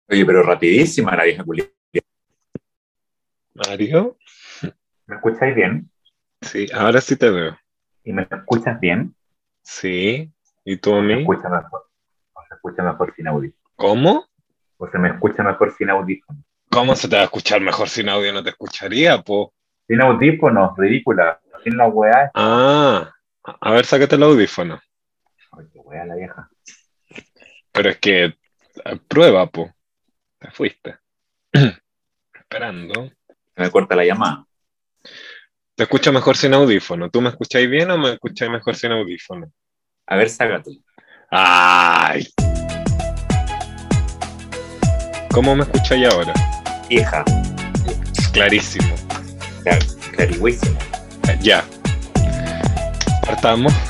Oye, pero rapidísima la vieja culia. Mario, ¿Me escucháis bien? sí, ahora sí te veo. ¿Y me escuchas bien? Sí, ¿y tú a ¿O se mí? escucha mejor? ¿O se escucha mejor sin audífono? ¿Cómo? ¿O se me escucha mejor sin audífono? ¿Cómo se te va a escuchar mejor sin audio? No te escucharía, po. Sin audífonos, ridícula. Sin la weá esta. Ah, a ver, sácate el audífono. Ay, qué weá la vieja. Pero es que, prueba, po. Te fuiste. Esperando. Se me corta la llamada. ¿Te escucha mejor sin audífono? ¿Tú me escucháis bien o me escucháis mejor sin audífono? A ver, sácate. ¡Ay! ¿Cómo me escucháis ahora? Hija. Clarísimo. Clarigüísimo. Ya, partamos.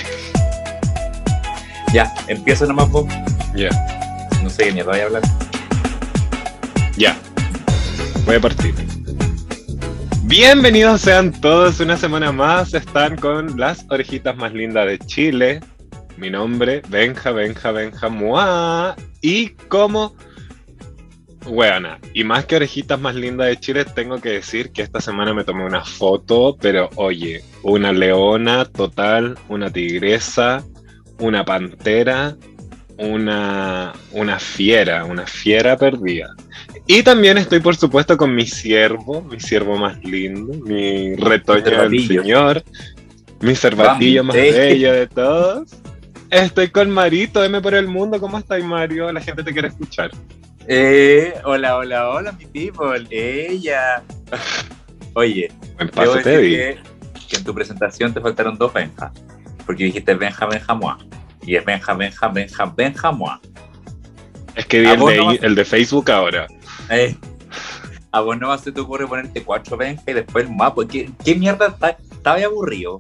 Ya, empiezo nomás vos. Ya, No sé qué mierda voy a hablar. ya. Voy a partir. Bienvenidos sean todos una semana más. Están con las orejitas más lindas de Chile. Mi nombre, Benja Moa. Y como weona, y más que orejitas más lindas de Chile, tengo que decir que esta semana me tomé una foto, pero oye, una leona total, una tigresa, una pantera, una fiera perdida. Y también estoy, por supuesto, con mi siervo más lindo, mi retoño del Cervatillo. señor, mi cervatillo Bambi. más bello de todos. Estoy con Marito, M por el mundo. ¿Cómo estás, Mario? La gente te quiere escuchar. Hola, mi people. Ella. Oye, Buen debo paso te decir di. que en tu presentación te faltaron dos Benja. Porque dijiste Benja, Moa. Y es Benja, Moa. Es que vi el de Facebook ahora. A vos no se te ocurre ponerte cuatro Benja y después el Moa. ¿Qué mierda estaba aburrido?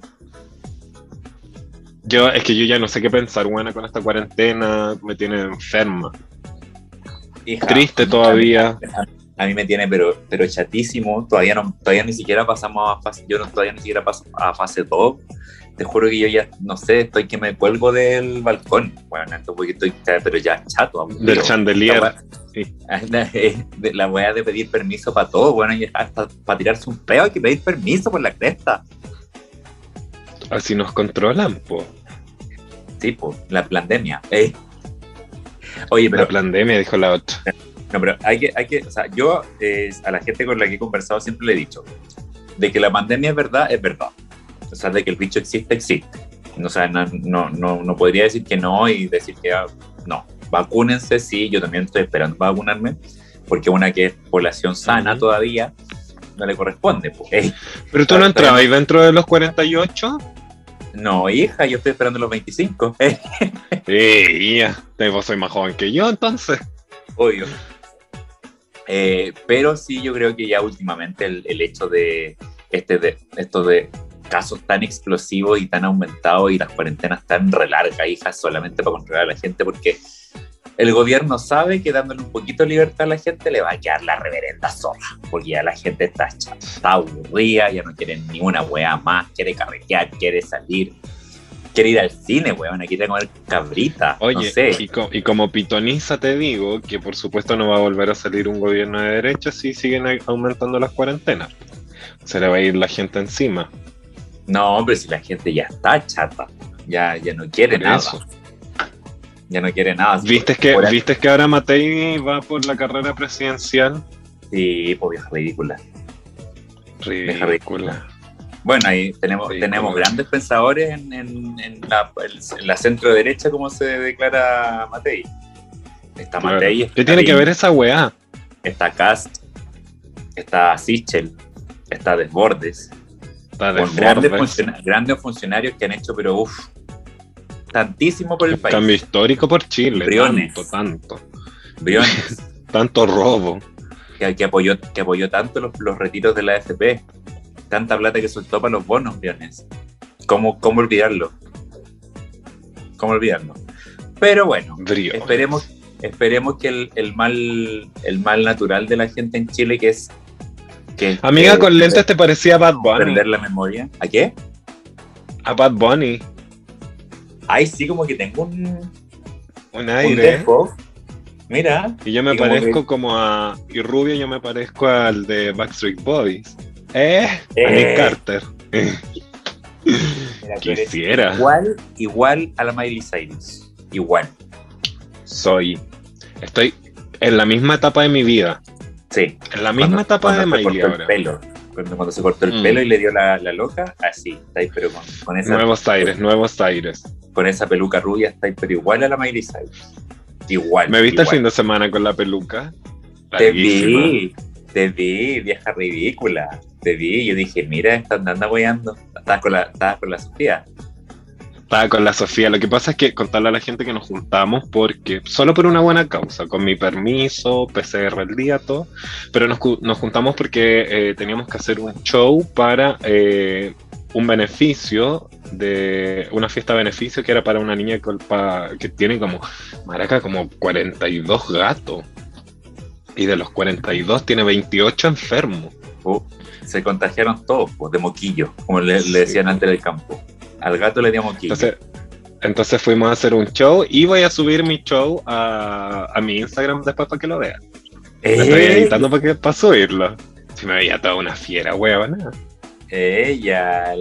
Es que yo ya no sé qué pensar, buena, con esta cuarentena. Me tiene enferma. Hija, Triste todavía. a mí me tiene pero chatísimo. Todavía ni siquiera pasamos a fase. Todavía ni siquiera paso a fase 2. Te juro que yo ya, no sé, estoy que me cuelgo del balcón. Bueno, porque estoy, pero ya chato. Aburrido. Del chandelier. La weá de pedir permiso para todo. Bueno, y hasta para tirarse un peo hay que pedir permiso por la cresta. Así nos controlan, po. Sí, pues, la pandemia. Oye, pero La pandemia, dijo la otra. no, pero hay que, o sea, yo a la gente con la que he conversado siempre le he dicho de que la pandemia es verdad. O sea, de que el bicho existe. O sea, no podría decir que no y decir que no. Vacúnense, sí, yo también estoy esperando vacunarme, porque una que es población sana todavía no le corresponde. Pues. Pero tú no entrabas ahí dentro de los 48. No, hija, yo estoy esperando los 25. Ya, vos sois más joven que yo, entonces. Obvio. Pero sí, yo creo que ya últimamente el hecho de esto de casos tan explosivos y tan aumentados y las cuarentenas tan relargas, hija, solamente para controlar a la gente, porque el gobierno sabe que dándole un poquito de libertad a la gente le va a quedar la reverenda zorra, porque ya la gente está aburrida, ya no quiere ni una wea más, quiere carretear, quiere salir, quiere ir al cine, weón, quiere comer cabrita. Oye, no sé. y como pitoniza te digo que por supuesto no va a volver a salir un gobierno de derecha si siguen aumentando las cuarentenas. Se le va a ir la gente encima. No, pero si la gente ya está chata, ya no quiere nada. Eso. Ya no quiere nada. ¿Viste que ahora Matei va por la carrera presidencial? Sí, pues vieja ridícula. Ridícula. Bueno, ahí tenemos grandes pensadores en la centro derecha, como se declara Matei. Está claro. Matei. ¿Qué tiene que ver esa weá? Está Kast, está Sichel, está Desbordes. Con grandes funcionarios que han hecho, pero tantísimo por el país. Cambio histórico por Chile. Briones. Tanto. Briones. Tanto robo. Que apoyó tanto los retiros de la AFP. Tanta plata que soltó para los bonos, Briones. ¿Cómo olvidarlo? ¿Cómo olvidarlo? Pero bueno, esperemos que el mal natural de la gente en Chile, que es amiga, con lentes te parecía Bad Bunny. Perder la memoria. ¿A qué? A Bad Bunny. Ay, sí, como que tengo un aire. Mira. Y yo me Y como parezco que, como a... Y rubio yo me parezco al de Backstreet Boys. A Nick eh, Carter. mira, tú eres Quisiera. igual a la Miley Cyrus. Igual. Soy. Estoy en la misma etapa de mi vida. Sí. En la misma etapa de Se Miley cortó el ahora. pelo. Cuando se cortó el pelo y le dio la loca, así, está ahí, pero Nuevos aires. con esa peluca rubia, está ahí, pero igual a la Miley Cyrus. Igual. ¿Me viste el igual. fin de semana con la peluca? Te Larguísima. vi, vieja ridícula. Te vi, yo dije, mira, esta anda weando. Estabas con la Sofía. Estaba con la Sofía. Lo que pasa es que contarle a la gente que nos juntamos porque solo por una buena causa, con mi permiso, PCR el día, todo, pero nos juntamos porque teníamos que hacer un show para un beneficio de una fiesta de beneficio que era para una niña que tiene como, maraca, como 42 gatos. Y de los 42 tiene 28 enfermos. Se contagiaron todos, pues, de moquillo, como le decían antes del campo. Al gato le dio moquillo. Entonces fuimos a hacer un show y voy a subir mi show a mi Instagram después para que lo vean. Me estoy editando para subirlo. Si me veía toda una fiera, huevona. Ella,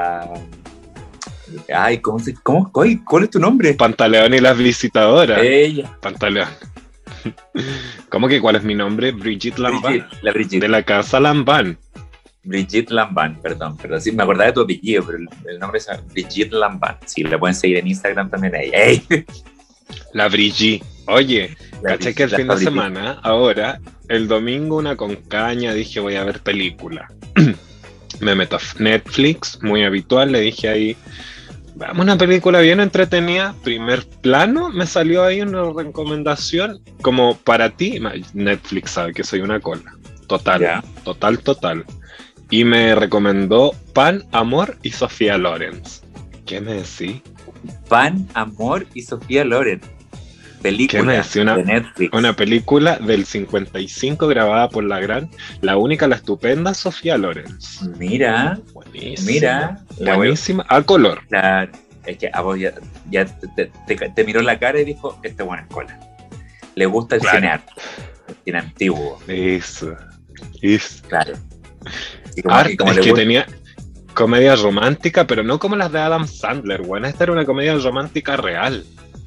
Ay, ¿cuál es tu nombre? Pantaleón y las visitadoras. Ella. Pantaleón. ¿Cómo que cuál es mi nombre? Brigitte Lambán. Brigitte. De la casa Lambán. Brigitte Lambán, perdón, sí, me acordaba de tu apellido, pero el nombre es Brigitte Lambán. Sí, la pueden seguir en Instagram también a ella. ¡Ey! La Brigitte. Oye, caché que el fin de semana, ahora, el domingo una con caña, dije voy a ver película. Me meto a Netflix, muy habitual, le dije ahí, vamos, una película bien entretenida, primer plano, me salió ahí una recomendación, como para ti, Netflix sabe que soy una cola, total. Y me recomendó Pan, Amor y Sofía Loren. ¿Qué me decís? Pan, Amor y Sofía Loren. Película. ¿Qué me decís? De Netflix. Una película del 55 grabada por la única, la estupenda Sofía Loren. Mira. Buenísima. Buenísima. A color. Claro. Es que a vos ya te miró la cara y dijo, este bueno es cola. Le gusta el cine antiguo. Eso. Claro. Que tenía comedia romántica, pero no como las de Adam Sandler, bueno, esta era una comedia romántica real.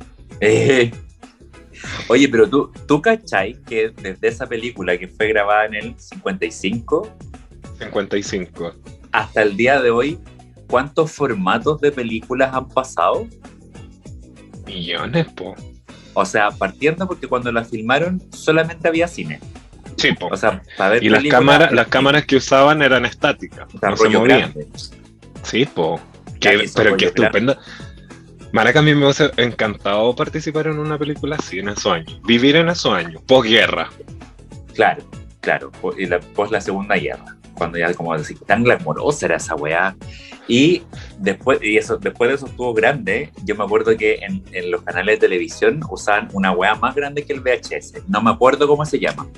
Oye, pero tú cachai que desde esa película que fue grabada en el 55 hasta el día de hoy, ¿cuántos formatos de películas han pasado? Millones, po. O sea, partiendo porque cuando la filmaron solamente había cine. Sí, po. O sea, para ver y las cámaras que usaban eran estáticas, no se movían. Grande. Sí, po. Pero qué estupendo. Maraca, a mí me hubiese encantado participar en una película así en esos años. Vivir en esos años, posguerra. Claro. Y pos la Segunda Guerra. Cuando ya, como decir, tan glamorosa era esa weá. Y después de eso estuvo grande. Yo me acuerdo que en los canales de televisión usaban una weá más grande que el VHS. No me acuerdo cómo se llama,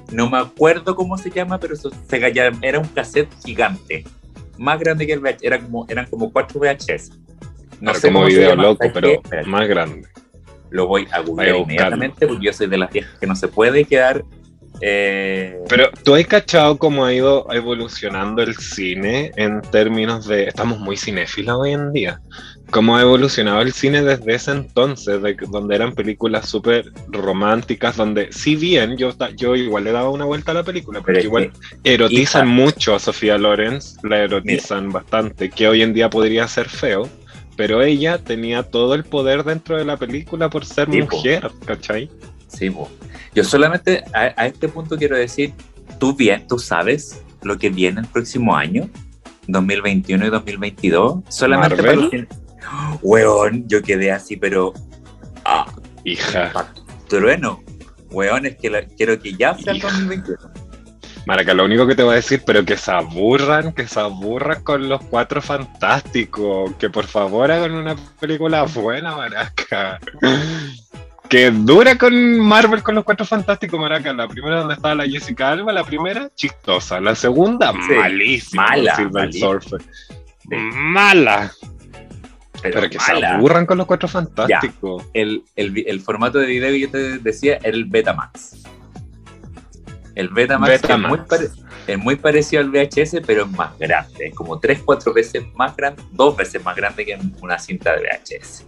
pero era un cassette gigante. Más grande que el VHS. Eran como 4 VHS. No sé como video loco, pero más grande. Lo voy a googlear inmediatamente porque yo soy de las viejas que no se puede quedar. Pero tú has cachado cómo ha ido evolucionando el cine en términos de... Estamos muy cinéfilos hoy en día. Cómo ha evolucionado el cine desde ese entonces, donde eran películas súper románticas, donde si bien yo igual le daba una vuelta a la película, pero igual erotizan mucho a Sofía Loren, la erotizan bastante, que hoy en día podría ser feo, pero ella tenía todo el poder dentro de la película por ser mujer, ¿cachai? Sí, po. Yo solamente a este punto quiero decir, tú sabes lo que viene el próximo año, 2021 y 2022, solamente para los que... Weón, yo quedé así, pero... hija. Trueno. Weón, es que quiero que ya sea el 2021. Maraca, lo único que te voy a decir, pero que se aburran con los Cuatro Fantásticos, que por favor hagan una película buena, Maraca. Que dura con Marvel con los Cuatro Fantásticos, Maraca. La primera donde estaba la Jessica Alba, la primera chistosa, la segunda malísima. Mala. Silver Surfer. Sí. Mala. Pero que se mala. aburran con los Cuatro Fantásticos. El formato de video que yo te decía era el Betamax. El Betamax, es muy parecido al VHS, pero es más grande. Es como 3-4 veces más grande, 2 veces más grande que una cinta de VHS.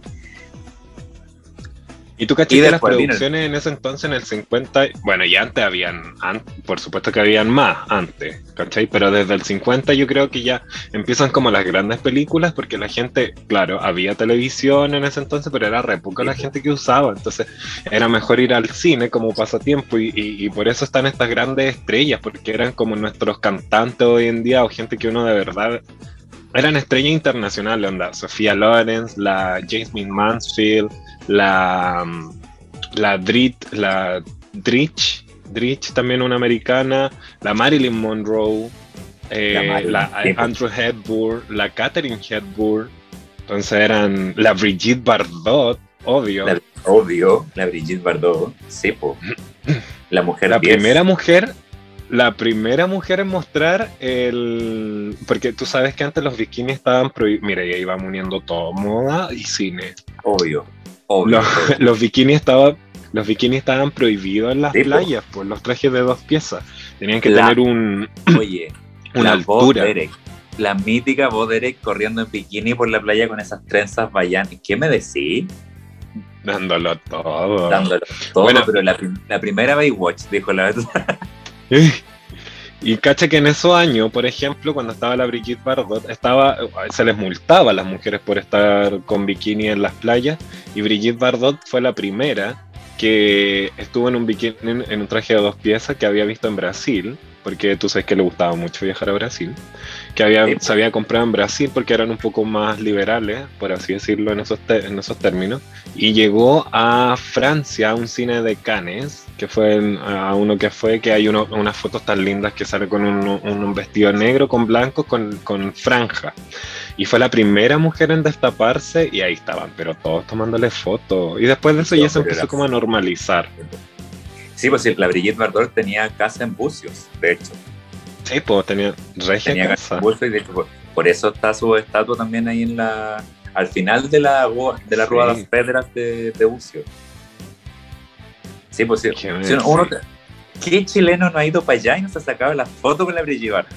Y tú caché que las producciones en ese entonces, en el 50, bueno, y antes habían, por supuesto que habían más antes, ¿cachai? Pero desde el 50 yo creo que ya empiezan como las grandes películas, porque la gente, claro, había televisión en ese entonces, pero era re poca la gente que usaba, entonces era mejor ir al cine como pasatiempo, y por eso están estas grandes estrellas, porque eran como nuestros cantantes hoy en día, o gente que uno de verdad... Eran estrellas internacionales, onda, Sofía Loren, la Jasmine Mansfield, la Dritch, también una americana, la Marilyn Monroe, la Andrew Hepburn, la Katharine Hepburn, entonces eran la Brigitte Bardot, obvio. La Brigitte Bardot, sí, po. La mujer La primera mujer en mostrar porque tú sabes que antes los bikinis estaban prohibidos. Mira, y ahí vamos uniendo todo, moda y cine. Obvio. Los bikinis estaban prohibidos en las playas, por los trajes de 2 piezas. Tenían que tener una altura. La mítica voz de Derek corriendo en bikini por la playa con esas trenzas bayanas. ¿Qué me decís? Dándolo todo. Bueno, pero la primera Baywatch, dijo la verdad. Y cacha que en esos años, por ejemplo, cuando estaba la Brigitte Bardot, se les multaba a las mujeres por estar con bikini en las playas, y Brigitte Bardot fue la primera que estuvo en un bikini, en un traje de 2 piezas que había visto en Brasil, porque tú sabes que le gustaba mucho viajar a Brasil, se había comprado en Brasil porque eran un poco más liberales, por así decirlo, en esos términos, y llegó a Francia, a un cine de Cannes, que fue que hay unas fotos tan lindas que sale con un vestido negro con blanco con franja, y fue la primera mujer en destaparse, y ahí estaban, pero todos tomándole fotos, y después de eso ya se empezó como a normalizar. Sí, pues la Brigitte Bardot tenía casa en Bucios, de hecho. Sí, pues tenía casa en Bucios, y de hecho por eso está su estatua también ahí al final de la Rúa de las Pedras de Bucios. Sí, pues sí. ¿Qué chileno no ha ido para allá y no se ha sacado la foto con la Brigitte Bardot?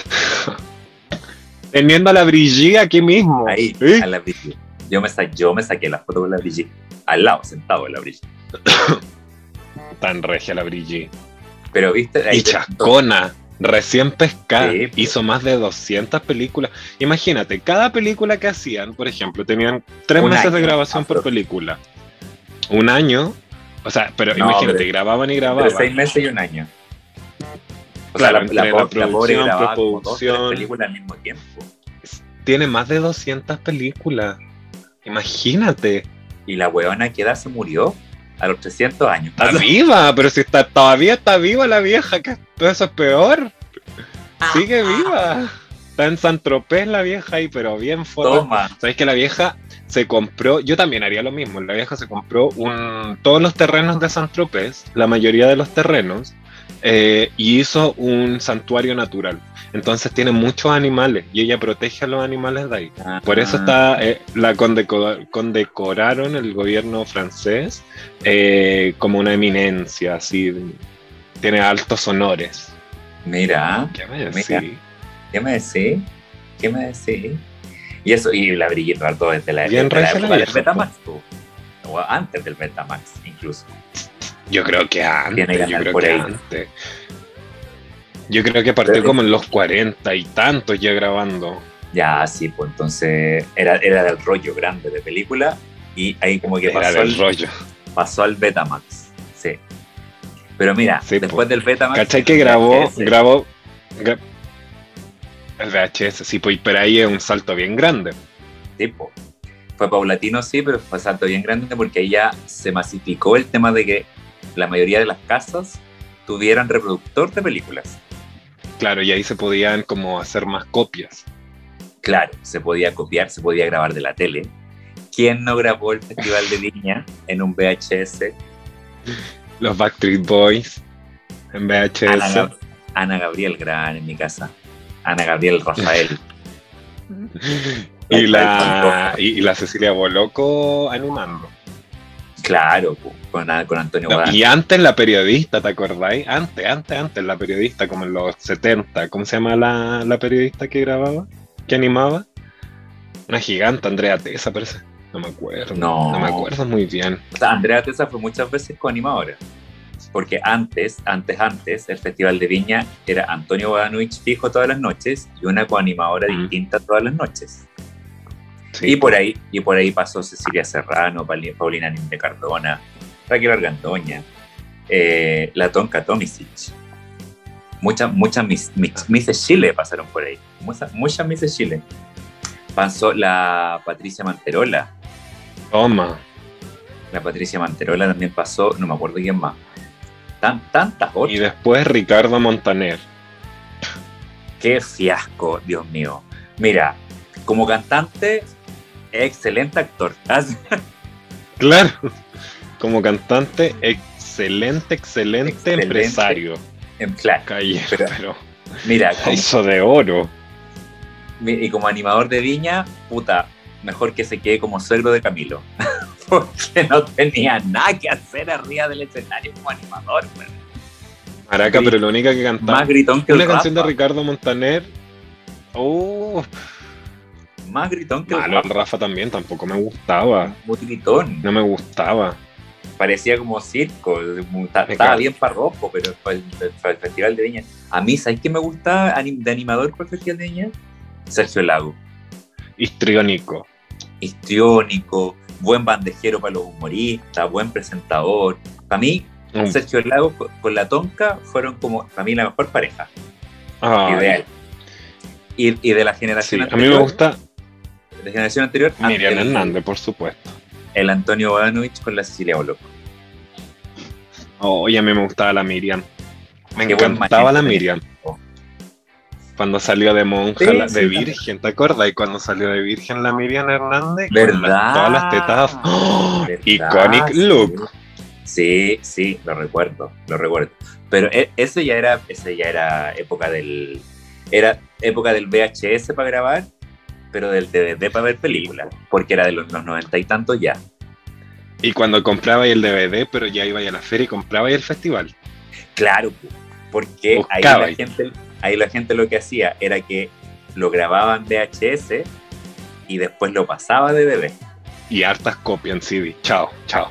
Teniendo a la Brigitte aquí mismo. Ahí, a la Brigitte. Yo me saqué la foto con la Brigitte. Al lado, sentado de la Brigitte. Tan regia la Brigitte. Pero viste... Y chascona, recién pescada. Sí, hizo más de 200 películas. Imagínate, cada película que hacían, por ejemplo, tenían 3 meses de grabación por película. Un año. O sea, pero no, imagínate, grababan y grababan. 6 meses y un año. O claro, sea, la pobre grababa como 2 o 3 películas al mismo tiempo. Tiene más de 200 películas. Imagínate. Y la weona que edad se murió a los 300 años. Está viva, pero si todavía está viva la vieja, que todo eso es peor. Sigue viva. Está en Saint-Tropez la vieja ahí, pero bien foto. ¿Sabes que la vieja se compró? Yo también haría lo mismo. La vieja se compró todos los terrenos de Saint-Tropez, la mayoría de los terrenos, y hizo un santuario natural. Entonces tiene muchos animales y ella protege a los animales de ahí. Por eso la condecoraron el gobierno francés como una eminencia, así. Tiene altos honores. Mira. ¿Qué me decís? ¿Qué me decís? Y eso, y la Brigitte Bardot desde la época del Betamax, o antes del Betamax, incluso. Yo creo que antes. Antes. Yo creo que partió como en los 40 y tantos ya grabando. Ya, sí, pues entonces era del rollo grande de película, y ahí como que pasó al Betamax. Sí. Pero mira, sí, después del Betamax... ¿Cachai que grabó el VHS? Sí, pues, pero ahí es un salto bien grande. Sí, pues. Fue paulatino, sí, pero fue un salto bien grande porque ahí ya se masificó el tema de que la mayoría de las casas tuvieran reproductor de películas. Claro, y ahí se podían como hacer más copias. Claro, se podía copiar, se podía grabar de la tele. ¿Quién no grabó el Festival de Viña en un VHS? Los Backstreet Boys en VHS. Ana Gabriel gran en mi casa. Ana Gabriel Rafael. Y la Cecilia Boloco animando. Claro, con Antonio Guadalupe. Y antes la periodista, ¿te acordáis? Antes la periodista, como en los 70. ¿Cómo se llama la periodista que grababa? ¿Que animaba? Una gigante, Andrea Tesa, parece. No me acuerdo. No. No me acuerdo muy bien. O sea, Andrea Tesa fue muchas veces coanimadora. Porque antes, el Festival de Viña era Antonio Bodanovich fijo todas las noches y una coanimadora distinta todas las noches. Sí. Y por ahí pasó Cecilia Serrano, Paulina Ninde Cardona, Raquel Argandoña, la Tonka Tomisic. Muchas Misses Chile pasaron por ahí. Muchas Misses Chile. Pasó la Patricia Manterola. Toma. La Patricia Manterola también pasó, no me acuerdo quién más. Tantas otras. Y después Ricardo Montaner. Qué fiasco, Dios mío. Mira, como cantante, excelente actor. Claro, como cantante, excelente empresario. Claro, pero mira, hizo de oro. Y como animador de Viña, puta, mejor que se quede como suegro de Camilo. Porque no tenía nada que hacer arriba del escenario como animador. Maraca, pero la única que cantaba. Más gritón que una el canción Rafa. De Ricardo Montaner. Más gritón que el Rafa también, tampoco me gustaba. Muy gritón. No me gustaba. Parecía como circo. Estaba bien parrojo, pero para el Festival de Viña. A mí, ¿sabes qué me gusta de animador para el Festival de Viña? Sergio Lago. Histriónico, buen bandejero para los humoristas, buen presentador. Para mí, Sergio Lago con la Tonka fueron como, para mí, la mejor pareja. Ideal. Y de la generación anterior. A mí me gusta. De la generación anterior. Miriam Hernández, por supuesto. El Antonio Bodanovich con la Cecilia Boloco. Y a mí me gustaba la Miriam. Me encantaba la Miriam. Cuando salió de monja, de virgen, ¿te acuerdas? Y cuando salió de virgen la Miriam Hernández, ¿verdad? Todas las tetas. Iconic look. Sí, lo recuerdo. Pero ese ya era época del VHS para grabar, pero del DVD para ver películas, porque era de los 90 y tantos ya. Y cuando compraba el DVD, pero ya iba a la feria y compraba el festival. Claro, porque ahí la gente lo que hacía era que lo grababa en VHS y después lo pasaba de DVD. Y hartas copias en CD. Chao.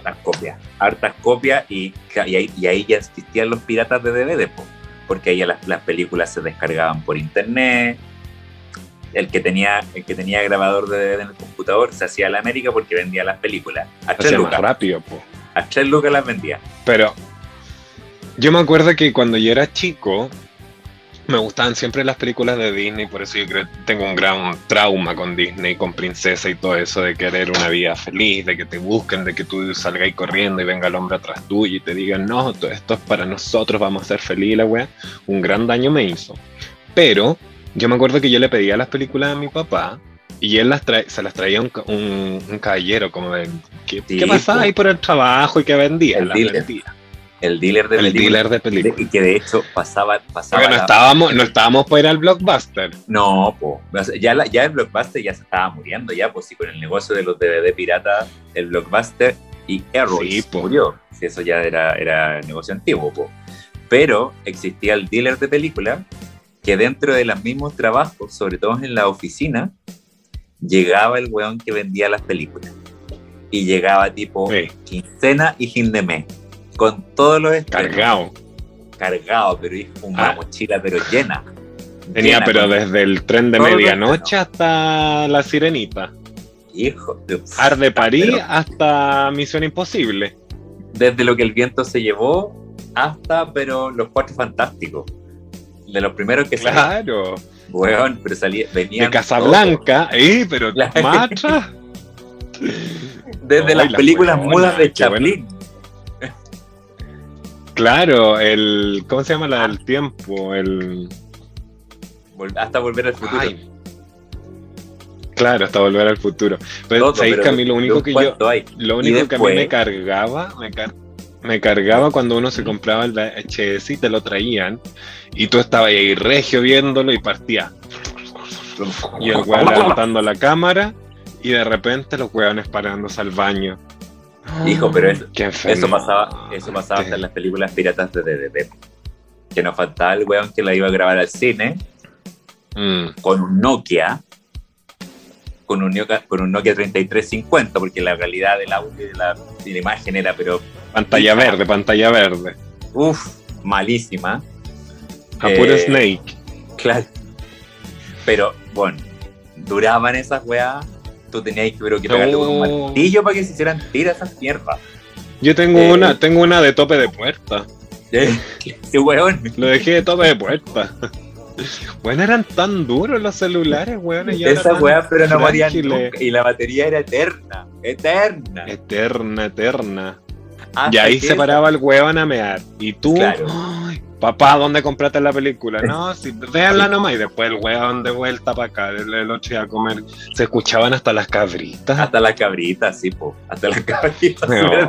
Hartas copias y ahí ya existían los piratas de DVD, porque ahí las películas se descargaban por internet. El que tenía grabador de DVD en el computador se hacía a la América porque vendía las películas. A 3 lucas. Más rápido, A 3 lucas las vendía. Pero yo me acuerdo que cuando yo era chico, me gustaban siempre las películas de Disney, por eso yo creo que tengo un gran trauma con Disney, con Princesa y todo eso, de querer una vida feliz, de que te busquen, de que tú salgáis corriendo y venga el hombre atrás tuyo y te digan, no, todo esto es para nosotros, vamos a ser felices, la wea. Un gran daño me hizo. Pero yo me acuerdo que yo le pedía las películas a mi papá y él se las traía un caballero, como de, ¿qué pasaba ahí por el trabajo y que vendía? El dealer de películas. Y que de hecho pasaba. Porque no estábamos por ir al Blockbuster. No, ya el Blockbuster ya se estaba muriendo, pues sí, con el negocio de los DVD pirata, el Blockbuster y Airways murió. Sí, eso ya era negocio antiguo, Pero existía el dealer de películas que dentro de los mismos trabajos, sobre todo en la oficina, llegaba el weón que vendía las películas. Y llegaba tipo quincena y fin de mes. Con todos los cargado, pero una mochila pero llena. Tenía pero desde el tren de medianoche hasta La Sirenita. Hijo de Ar de París hasta Misión Imposible. Desde Lo que el viento se llevó hasta pero Los Cuatro Fantásticos. De los primeros que claro. Bueno, pero venían de Casablanca, pero macha. Desde las películas mudas de Chaplin. Claro, ¿cómo se llama la del tiempo? Hasta Volver al Futuro. Claro, hasta Volver al Futuro. Pero ¿sabéis que a mí lo único que a mí me cargaba cuando uno se compraba el VHS y te lo traían y tú estabas ahí regio viéndolo y partía Y el weón levantando la cámara y de repente los weones parándose al baño. Hijo, pero Qué eso enfermo. pasaba hasta en las películas piratas de DDT. Que nos faltaba el weón que la iba a grabar al cine con un Nokia. Con un Nokia 3350, porque la calidad del audio y de la imagen era, pero... Pantalla verde. Malísima. A puro Snake. Claro. Pero, bueno, duraban esas weas. Tú tenías que pegarle con un martillo para que se hicieran tiras esas mierdas. Yo tengo una de tope de puerta. Sí, weón. Lo dejé de tope de puerta. Bueno, eran tan duros los celulares, weón. Esa weá, pero no morían nunca. Y la batería era eterna. Eterna. Y ahí se paraba el weón a mear. Y tú, claro. Ay, papá, ¿dónde compraste la película? No, sí, véanla nomás. Y después el weón de vuelta para acá, el otro iba a comer. Se escuchaban hasta las cabritas. Hasta las cabritas, sí, po. Hasta las cabritas.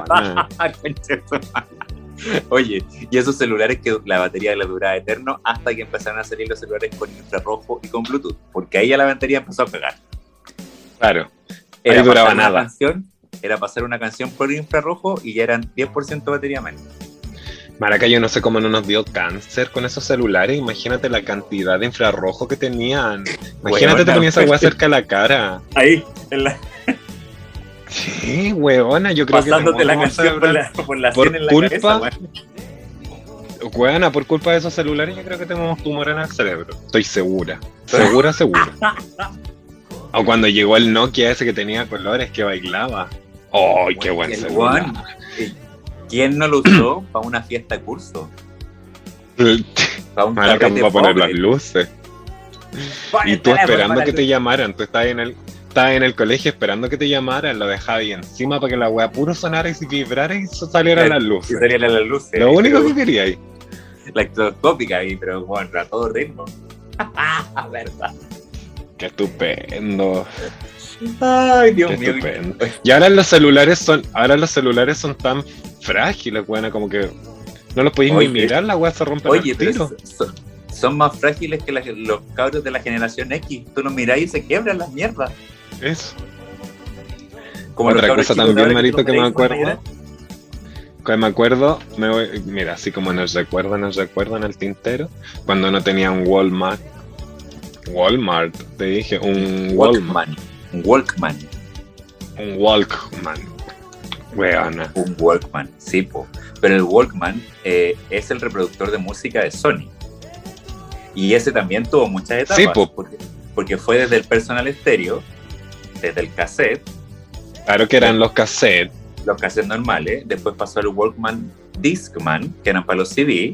Oye, y esos celulares que la batería les duraba eterno hasta que empezaron a salir los celulares con infrarrojo y con Bluetooth, porque ahí ya la batería empezó a pegar. Claro, ahí duraba nada. Era pasar una canción por infrarrojo y ya eran 10% batería menos. Maraca, yo no sé cómo no nos dio cáncer con esos celulares. Imagínate la cantidad de infrarrojo que tenían. Imagínate, te ponías esa weá cerca de la cara. Ahí, en la... Sí, weona, yo creo pasándote que la canción por la por sien en la culpa, cabeza, weona, por culpa de esos celulares yo creo que tenemos tumor en el cerebro. Estoy segura. O cuando llegó el Nokia ese que tenía colores que bailaba. ¡Ay, qué buen celular! ¿Quién no lo usó para una fiesta de curso? Para un carrete para poner las luces. Y tú esperando que te llamaran, tú estabas en el colegio esperando que te llamaran, lo dejabas ahí encima para que la weá puro sonara y vibrara y salieran las luces. Lo único que quería ahí. La estroboscópica ahí, pero bueno, a todo ritmo. Verdad. Qué estupendo. Ay, Dios mío. Estupendo. Y ahora los celulares son tan frágiles, weá, como que no los podéis ni mirar, la weá se rompe al tiro. Son más frágiles que los cabros de la generación X. Tú los mirás y se quiebran las mierdas. Eso. Como otra cosa también, Marito, que me acuerdo. Mira, así como nos recuerdan en el tintero, cuando no tenía un Walmart, te dije, un Walkman. Weona. Un Walkman, sí, po. Pero el Walkman es el reproductor de música de Sony. Y ese también tuvo muchas etapas. Sí, po. Porque fue desde el personal estéreo, desde el cassette. Claro que eran los cassettes. Los cassettes normales. Después pasó al Walkman Discman, que eran para los CD.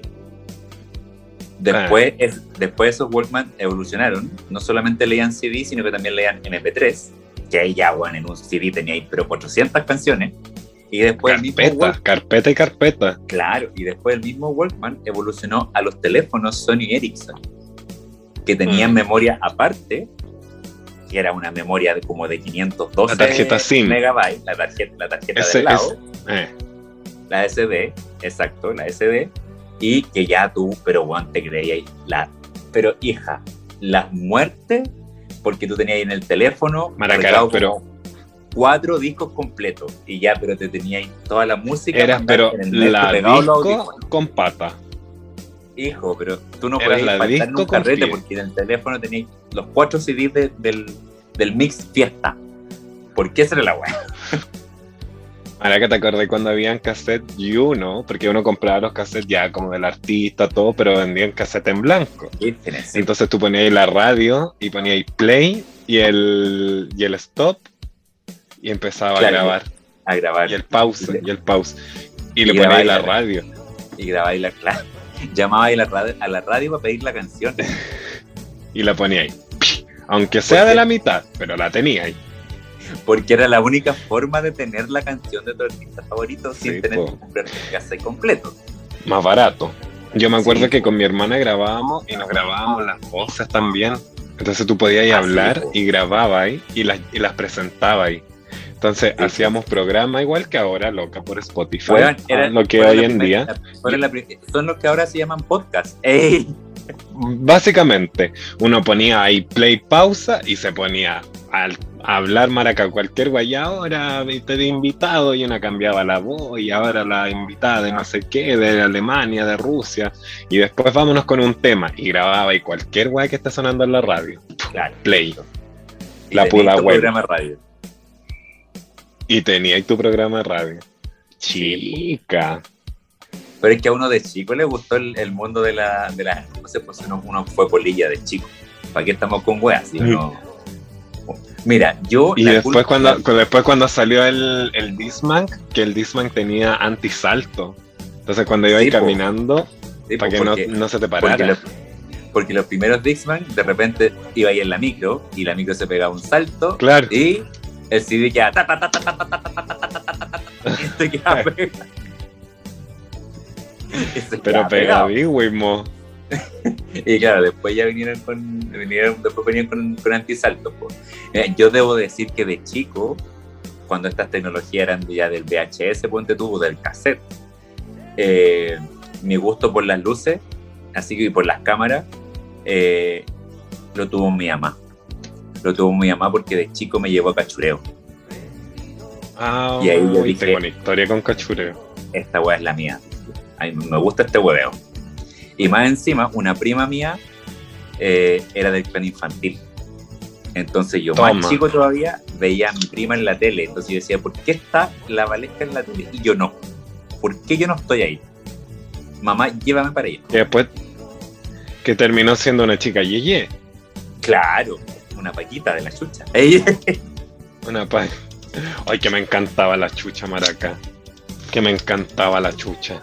Después esos Walkman evolucionaron. No solamente leían CD, sino que también leían MP3. Que ahí ya, bueno, en un CD tenía ahí, pero 400 canciones. Y después carpeta. Claro, y después el mismo Walkman evolucionó a los teléfonos Sony Ericsson, que tenían memoria aparte, que era una memoria como de 512 la tarjeta SIM. megabytes, la tarjeta del lado, la SD, exacto, la SD, y que ya tú, pero bueno, te creías pero hija, las muertes, porque tú tenías ahí en el teléfono, Maracara, pero 4 discos completos y ya, pero te tenía ahí toda la música. Era, pero la disco con pata. Hijo, pero tú no podías faltar en un carrete porque en el teléfono tenías los 4 CDs del mix fiesta. ¿Por qué será la weá? Ahora que te acordé cuando habían cassette y uno, porque uno compraba los cassettes ya como del artista, todo, pero vendían cassette en blanco. Entonces tú ponías ahí la radio y ponías ahí play y el stop. Y empezaba a grabar. Y el pause. Y le ponía la radio. Y grababa ahí llamaba ahí a la radio para pedir la canción. Y la ponía ahí. Aunque sea de la mitad, pero la tenía ahí. Porque era la única forma de tener la canción de tu artista favorito sin tener que comprar el cassette completo. Más barato. Yo me acuerdo que con mi hermana grabábamos y nos grabábamos las voces también. Entonces tú podías hablar y grababa ahí y las presentaba ahí. Entonces hacíamos programa igual que ahora, loca, por Spotify. Lo que hoy en día. Son los que ahora se llaman podcast. ¡Ey! Básicamente, uno ponía ahí play pausa y se ponía a hablar maraca cualquier güey, y ahora te de invitado y una cambiaba la voz y ahora la invitada de no sé qué, de Alemania, de Rusia, y después vámonos con un tema y grababa y cualquier güey que está sonando en la radio. Claro. Play. Y La tenías pura tu web. programa de radio. Y tenía tu programa de radio. Sí. Chica. Pero es que a uno de chico le gustó el mundo de la no sé, pues uno fue polilla de chico. ¿Para qué estamos con weas? Si uno... Mira, yo... Y después cuando salió el Discman, que el Discman tenía antisalto. Entonces cuando iba Sí, ahí po. caminando, Sí, para pues, que no se te parara. Porque los primeros Dixman, de repente iba ahí en la micro y la micro se pegaba un salto. Claro. Y el CD quedaba ta, ta, ta, ta, ta, ta, ta, ta, ta, ta, ta, ta, ta, y se quedaba pegado. Y se Pero quedaba pegado. pegadísimo. Y claro, después ya venían con antisalto. Pues. Yo debo decir que de chico, cuando estas tecnologías eran ya del VHS, ponte tú, del cassette, mi gusto por las luces, así que por las cámaras, lo tuvo mi mamá. Lo tuvo mi mamá porque de chico me llevó a Cachureo. Ah, Y ahí yo dije, tengo una historia con Cachureo. Esta weá es la mía. A mí me gusta este hueveo. Y más encima, una prima mía era del plan infantil. Entonces yo, más chico todavía, veía a mi prima en la tele. Entonces yo decía, ¿por qué está la Valesca en la tele y yo no? ¿Por qué yo no estoy ahí? Mamá, llévame para allá. Y después, que terminó siendo una chica yeye. Claro, una paquita de la chucha. Una pa... Ay, que me encantaba la chucha, maraca. Que me encantaba la chucha.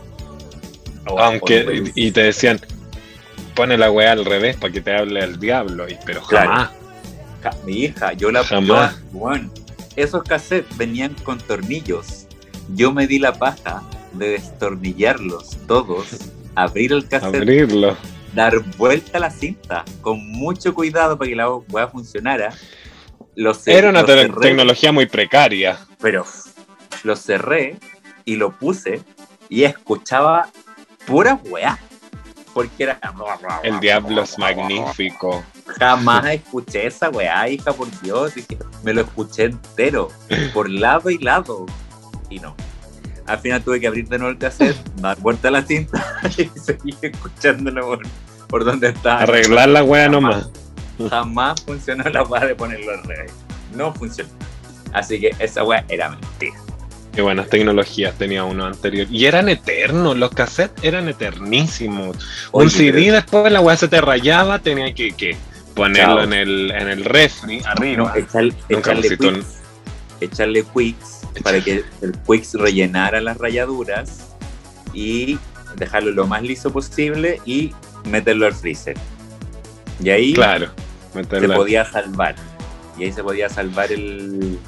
Aunque, y te decían, pone la weá al revés para que te hable el diablo, pero jamás. Claro. Mi hija, yo la jamás. Bueno, esos cassettes venían con tornillos. Yo me di la paja de destornillarlos todos, abrir el cassette, dar vuelta a la cinta con mucho cuidado para que la weá funcionara. Era una tecnología muy precaria. Pero lo cerré y lo puse y escuchaba pura weá. Porque era... El diablo es magnífico. Jamás escuché esa weá, hija, por Dios. Me lo escuché entero, por lado y lado. Y no. Al final tuve que abrir de nuevo el cassette, dar vuelta a la cinta y seguir escuchándolo por donde estaba. Arreglar la weá nomás. Jamás funcionó la weá de ponerlo al revés. No funcionó. Así que esa weá era mentira. Qué buenas tecnologías tenía uno anterior. Y eran eternos, los cassettes eran eternísimos. Un CD después la weá se te rayaba, tenía que ponerlo en el refri arriba. No, echarle Quicks para que el Quicks rellenara las rayaduras y dejarlo lo más liso posible y meterlo al freezer. Y ahí se podía salvar. Y ahí se podía salvar el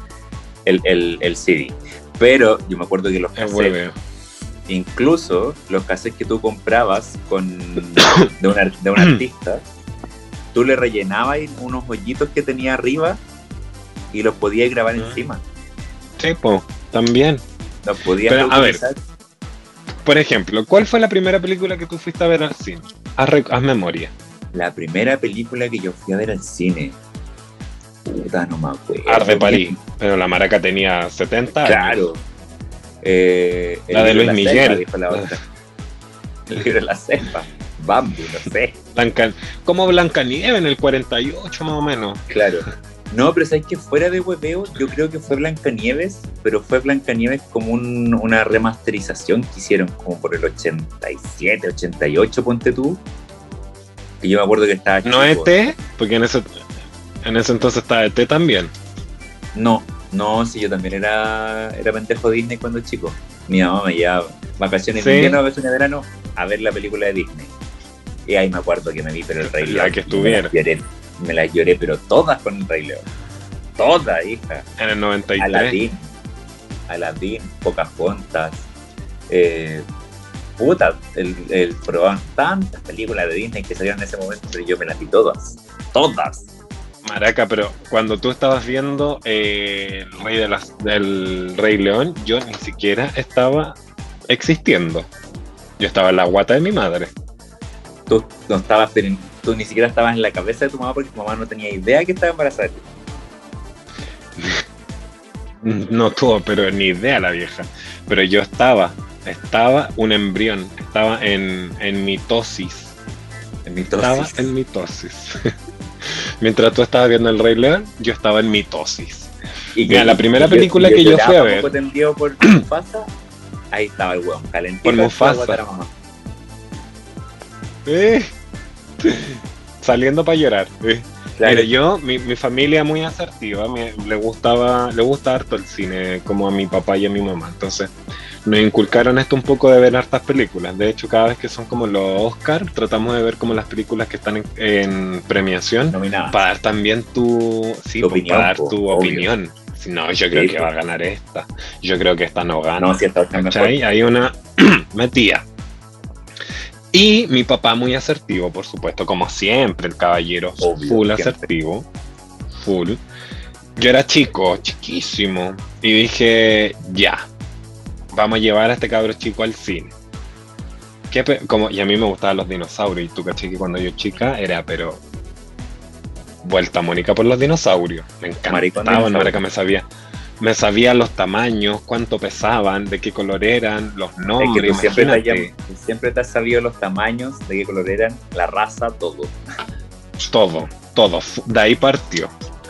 CD. Pero yo me acuerdo que los cassettes, incluso los cassettes que tú comprabas de un artista, tú le rellenabas unos hoyitos que tenía arriba y los podías grabar encima. Sí, también. Los podías utilizar. A ver, por ejemplo, ¿cuál fue la primera película que tú fuiste a ver al cine? Haz memoria. La primera película que yo fui a ver al cine... Puta, no me acuerdo. Arde París, pero la maraca tenía 70 años. Claro. La de Luis Miguel. Dijo la otra. El libro de la selva. Bambi, no sé. Como Blancanieves en el 48 más o menos. Claro. No, pero sabes que fuera de hueveo, yo creo que fue Blancanieves, pero fue Blancanieves como una remasterización que hicieron como por el 87, 88, ponte tú. Que yo me acuerdo que estaba chico. ¿No ET? Porque en ese entonces estaba ET también. No, sí, yo también era pendejo Disney cuando chico. Mi mamá me llevaba vacaciones de invierno, vacaciones de verano, a ver la película de Disney. Y ahí me acuerdo que me vi, pero el Rey León. La que estuviera. Me las lloré, pero todas con el Rey León. Todas, hija. En el 93. Aladdin, Pocahontas. Probaban tantas películas de Disney que salieron en ese momento, pero yo me las vi todas. Todas. Maraca, pero cuando tú estabas viendo el Rey León, yo ni siquiera estaba existiendo. Yo estaba en la guata de mi madre. tú no estabas, tú ni siquiera estabas en la cabeza de tu mamá porque tu mamá no tenía idea que estaba embarazada de ti. No tuvo, pero ni idea la vieja. Pero yo estaba un embrión, estaba en mitosis. Estaba en mitosis. Mientras tú estabas viendo El Rey León, yo estaba en mitosis. Y mira, la primera película que yo fui a ver. Te envió por Mufasa, ahí estaba el hueón, calentito. Por Mufasa. Saliendo para llorar. Claro. Mira, yo, mi familia muy asertiva, le gusta harto el cine, como a mi papá y a mi mamá. Entonces, nos inculcaron esto un poco de ver hartas películas. De hecho, cada vez que son como los Oscar, tratamos de ver como las películas que están en premiación, nominadas, para dar también tu opinión. No, yo creo que va a ganar esta. Yo creo que esta no gana. No, si esta es mejor. Hay una metida. Y mi papá muy asertivo, por supuesto, como siempre, el caballero, obvio, full siempre. Asertivo, full. Yo era chiquísimo, y dije, ya, vamos a llevar a este cabro chico al cine. Y a mí me gustaban los dinosaurios, y tú caché que cuando yo chica era, pero, vuelta Mónica por los dinosaurios. Me encantaban, ahora que me sabía los tamaños, cuánto pesaban, de qué color eran, los nombres. Es que siempre te has sabido los tamaños, de qué color eran, la raza, todo. Todo. De ahí partió.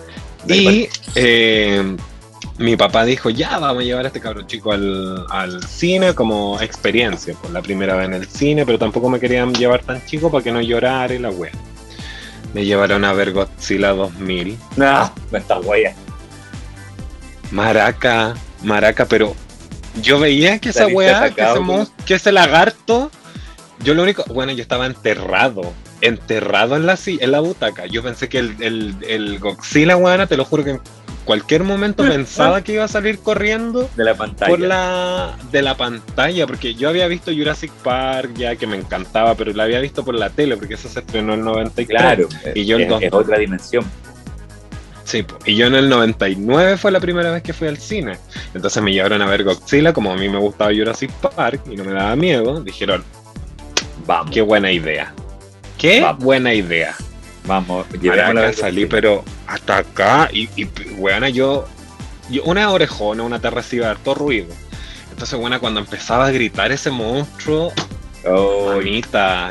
Mi papá dijo, ya, vamos a llevar a este cabrón chico al cine como experiencia, por la primera vez en el cine, pero tampoco me querían llevar tan chico para que no llorara y la wea. Me llevaron a ver Godzilla 2000. No, me está wea. Maraca, pero yo veía que esa weá, que ese lagarto, yo estaba enterrado en la butaca. Yo pensé que el Godzilla, weá, te lo juro que en cualquier momento pensaba que iba a salir corriendo de la pantalla. De la pantalla, porque yo había visto Jurassic Park ya, que me encantaba, pero la había visto por la tele, porque eso se estrenó en el 93. Claro, y yo es otra dimensión. Sí, y yo en el 99 fue la primera vez que fui al cine. Entonces me llevaron a ver Godzilla, como a mí me gustaba Jurassic Park y no me daba miedo. Dijeron, vamos. Qué buena idea. Buena idea. Vamos, Maraca, salí, pero hasta acá, y weona, yo una orejona, una te recibe harto ruido. Entonces, buena, cuando empezaba a gritar ese monstruo, mamita,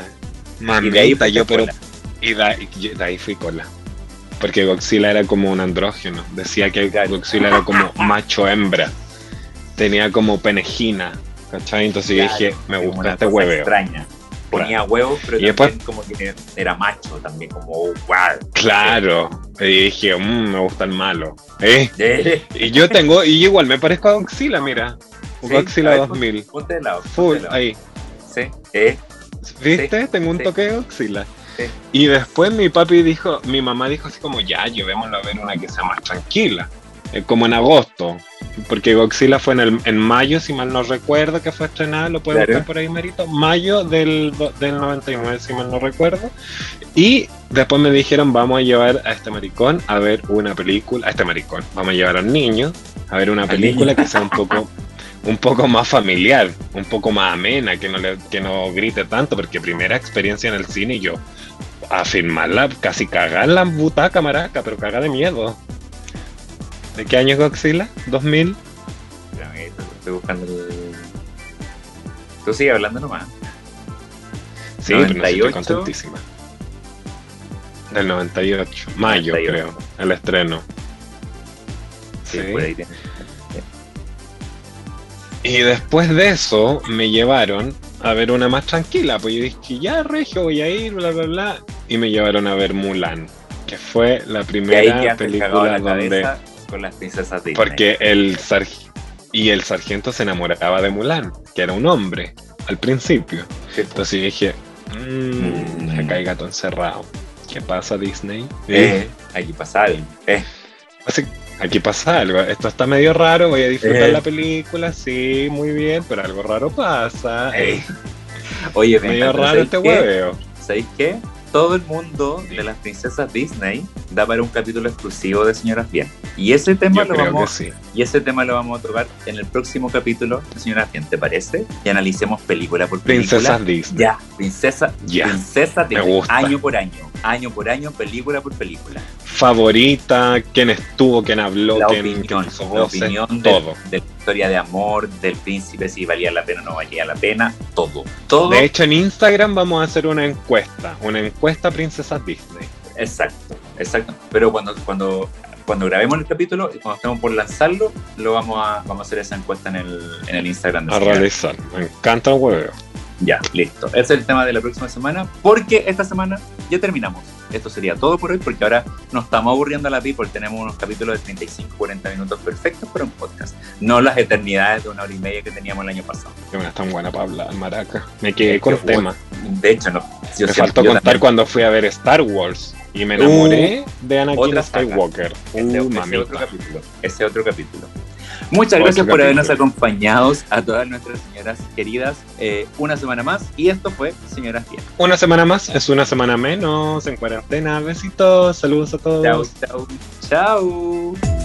y de ahí fui cola. Porque Godzilla era como un andrógeno. Decía que Godzilla era como macho hembra. Tenía como penejina. ¿Cachai? Entonces yo dije, me gusta este hueveo. Extraña. Ponía huevos, pero y también después, como que era macho, también como wow. Claro. Y dije, me gusta el malo. Y yo igual me parezco a Godzilla, mira. Sí, Godzilla 2000. Ponte de lado. Full, ahí. Sí. ¿Viste? Sí. Tengo un toque de Godzilla. Sí. Y después mi mamá dijo así como, ya, llevémoslo a ver una que sea más tranquila, como en agosto, porque Godzilla fue en mayo, si mal no recuerdo, que fue estrenada, lo pueden buscar por ahí, Merito, mayo del 99, si mal no recuerdo, y después me dijeron, vamos a llevar a este maricón a ver una película, vamos a llevar al niño a ver una película que sea un poco más familiar, un poco más amena, que no grite tanto, porque primera experiencia en el cine y yo a firmarla, casi cagar en la butaca, maraca, pero cagar de miedo. ¿De qué año es Godzilla? ¿2000? Estoy buscando el... Tú sigue hablando nomás. Sí, 98. Pero no estoy contentísima. Del 98, mayo 98. Creo, el estreno. Sí, por ahí tiene. Y después de eso me llevaron a ver una más tranquila, pues yo dije, ya regio, voy a ir, bla, bla, bla. Y me llevaron a ver Mulan, que fue la primera película donde... Con las princesas Disney. Porque el sargento se enamoraba de Mulan, que era un hombre, al principio. Sí. Entonces dije, acá hay gato encerrado. ¿Qué pasa, Disney? Aquí pasa algo. Aquí pasa algo, esto está medio raro, voy a disfrutar la película, sí, muy bien, pero algo raro pasa. Oye, medio raro este hueveo. ¿Sabéis qué? todo el mundo de las princesas Disney da para un capítulo exclusivo de Señoras Bien. Y ese tema y ese tema lo vamos a tocar en el próximo capítulo de Señoras Bien, ¿te parece? Y analicemos película por película. Princesas Disney. Ya, princesa Disney. Me gusta. Año por año, película por película. Favorita, quién estuvo, quién habló, quién hizo voces, todo. De la historia de amor, del príncipe, si valía la pena o no valía la pena, todo. De hecho, en Instagram vamos a hacer una encuesta Princesas Disney. Exacto. Pero cuando grabemos el capítulo y cuando estemos por lanzarlo, vamos a hacer esa encuesta en el Instagram. A realizar. Me encanta el huevo. Ya, listo. Ese es el tema de la próxima semana, porque esta semana ya terminamos. Esto sería todo por hoy, porque ahora nos estamos aburriendo a la people. Tenemos unos capítulos de 35-40 minutos perfectos para un podcast. No las eternidades de 1 hora y media que teníamos el año pasado. Qué buena, tan buena para hablar, maraca. Me quedé con tema. De hecho, no. Me faltó contar también cuando fui a ver Star Wars y me enamoré de Anakin Skywalker. Ese otro capítulo. Muchas gracias por habernos acompañado a todas nuestras señoras queridas una semana más, y esto fue Señoras Bien. Una semana más es una semana menos en cuarentena. Besitos, saludos a todos. Chao.